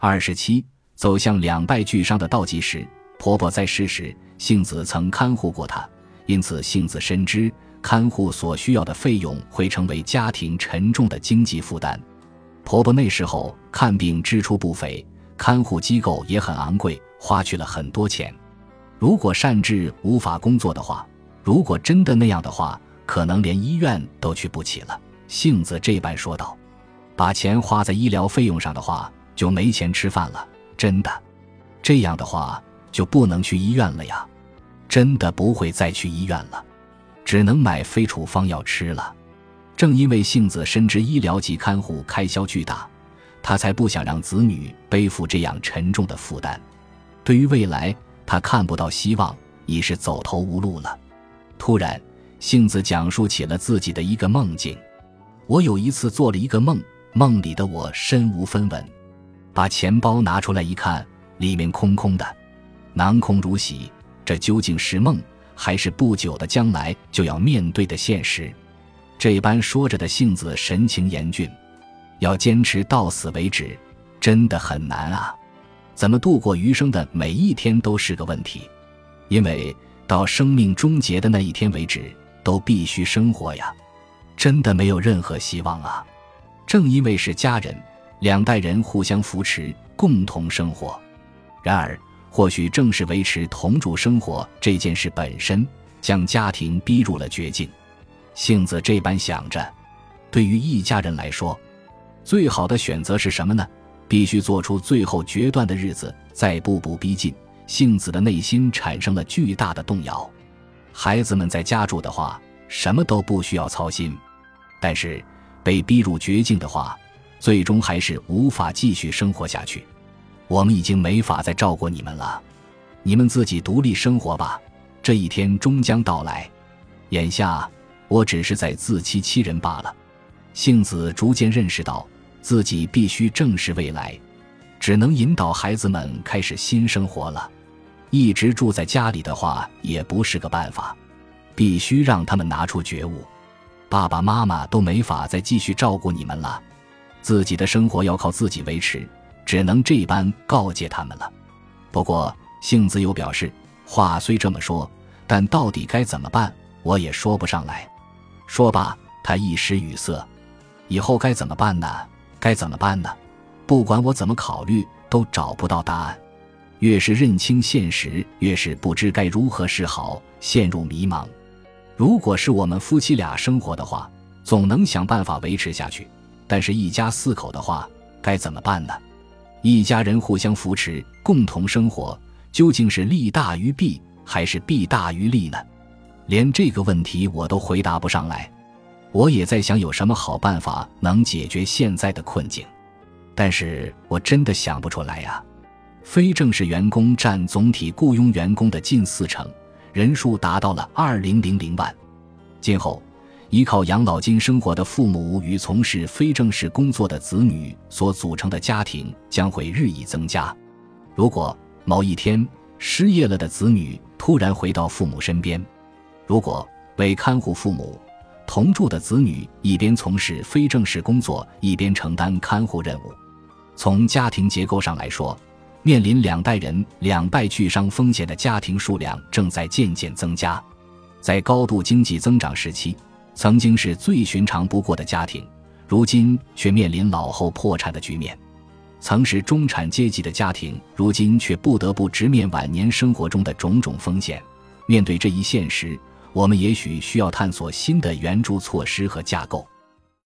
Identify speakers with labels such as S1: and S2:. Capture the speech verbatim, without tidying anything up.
S1: 二十七，走向两败俱伤的倒计时。婆婆在世时，幸子曾看护过她，因此幸子深知看护所需要的费用会成为家庭沉重的经济负担。婆婆那时候看病支出不菲，看护机构也很昂贵，花去了很多钱。如果善治无法工作的话，如果真的那样的话，可能连医院都去不起了。幸子这般说道，把钱花在医疗费用上的话，就没钱吃饭了。真的，这样的话就不能去医院了呀，真的不会再去医院了，只能买非处方药吃了。正因为幸子深知医疗及看护开销巨大，她才不想让子女背负这样沉重的负担。对于未来，她看不到希望，已是走投无路了。突然，幸子讲述起了自己的一个梦境。我有一次做了一个梦，梦里的我身无分文，把钱包拿出来一看，里面空空的，囊空如洗，这究竟是梦，还是不久的将来就要面对的现实？这般说着的幸子神情严峻，要坚持到死为止，真的很难啊！怎么度过余生的每一天都是个问题，因为到生命终结的那一天为止，都必须生活呀，真的没有任何希望啊！正因为是家人，两代人互相扶持，共同生活。然而，或许正是维持同住生活这件事本身，将家庭逼入了绝境。幸子这般想着，对于一家人来说，最好的选择是什么呢？必须做出最后决断的日子在步步逼近。幸子的内心产生了巨大的动摇。孩子们在家住的话，什么都不需要操心，但是被逼入绝境的话，最终还是无法继续生活下去。我们已经没法再照顾你们了，你们自己独立生活吧，这一天终将到来。眼下我只是在自欺欺人罢了。幸子逐渐认识到自己必须正视未来，只能引导孩子们开始新生活了。一直住在家里的话也不是个办法，必须让他们拿出觉悟。爸爸妈妈都没法再继续照顾你们了，自己的生活要靠自己维持，只能这般告诫他们了。不过幸子又表示，话虽这么说，但到底该怎么办，我也说不上来。说吧，他一时语塞。以后该怎么办呢？该怎么办呢？不管我怎么考虑，都找不到答案。越是认清现实，越是不知该如何是好，陷入迷茫。如果是我们夫妻俩生活的话，总能想办法维持下去，但是一家四口的话，该怎么办呢？一家人互相扶持，共同生活，究竟是利大于弊，还是弊大于利呢？连这个问题我都回答不上来。我也在想有什么好办法能解决现在的困境，但是我真的想不出来呀。非正式员工占总体雇佣员工的近四成，人数达到了二千万。今后依靠养老金生活的父母与从事非正式工作的子女所组成的家庭将会日益增加。如果某一天失业了的子女突然回到父母身边，如果为看护父母，同住的子女一边从事非正式工作，一边承担看护任务，从家庭结构上来说，面临两代人两败俱伤风险的家庭数量正在渐渐增加。在高度经济增长时期，曾经是最寻常不过的家庭，如今却面临老后破产的局面。曾是中产阶级的家庭，如今却不得不直面晚年生活中的种种风险。面对这一现实，我们也许需要探索新的援助措施和架构。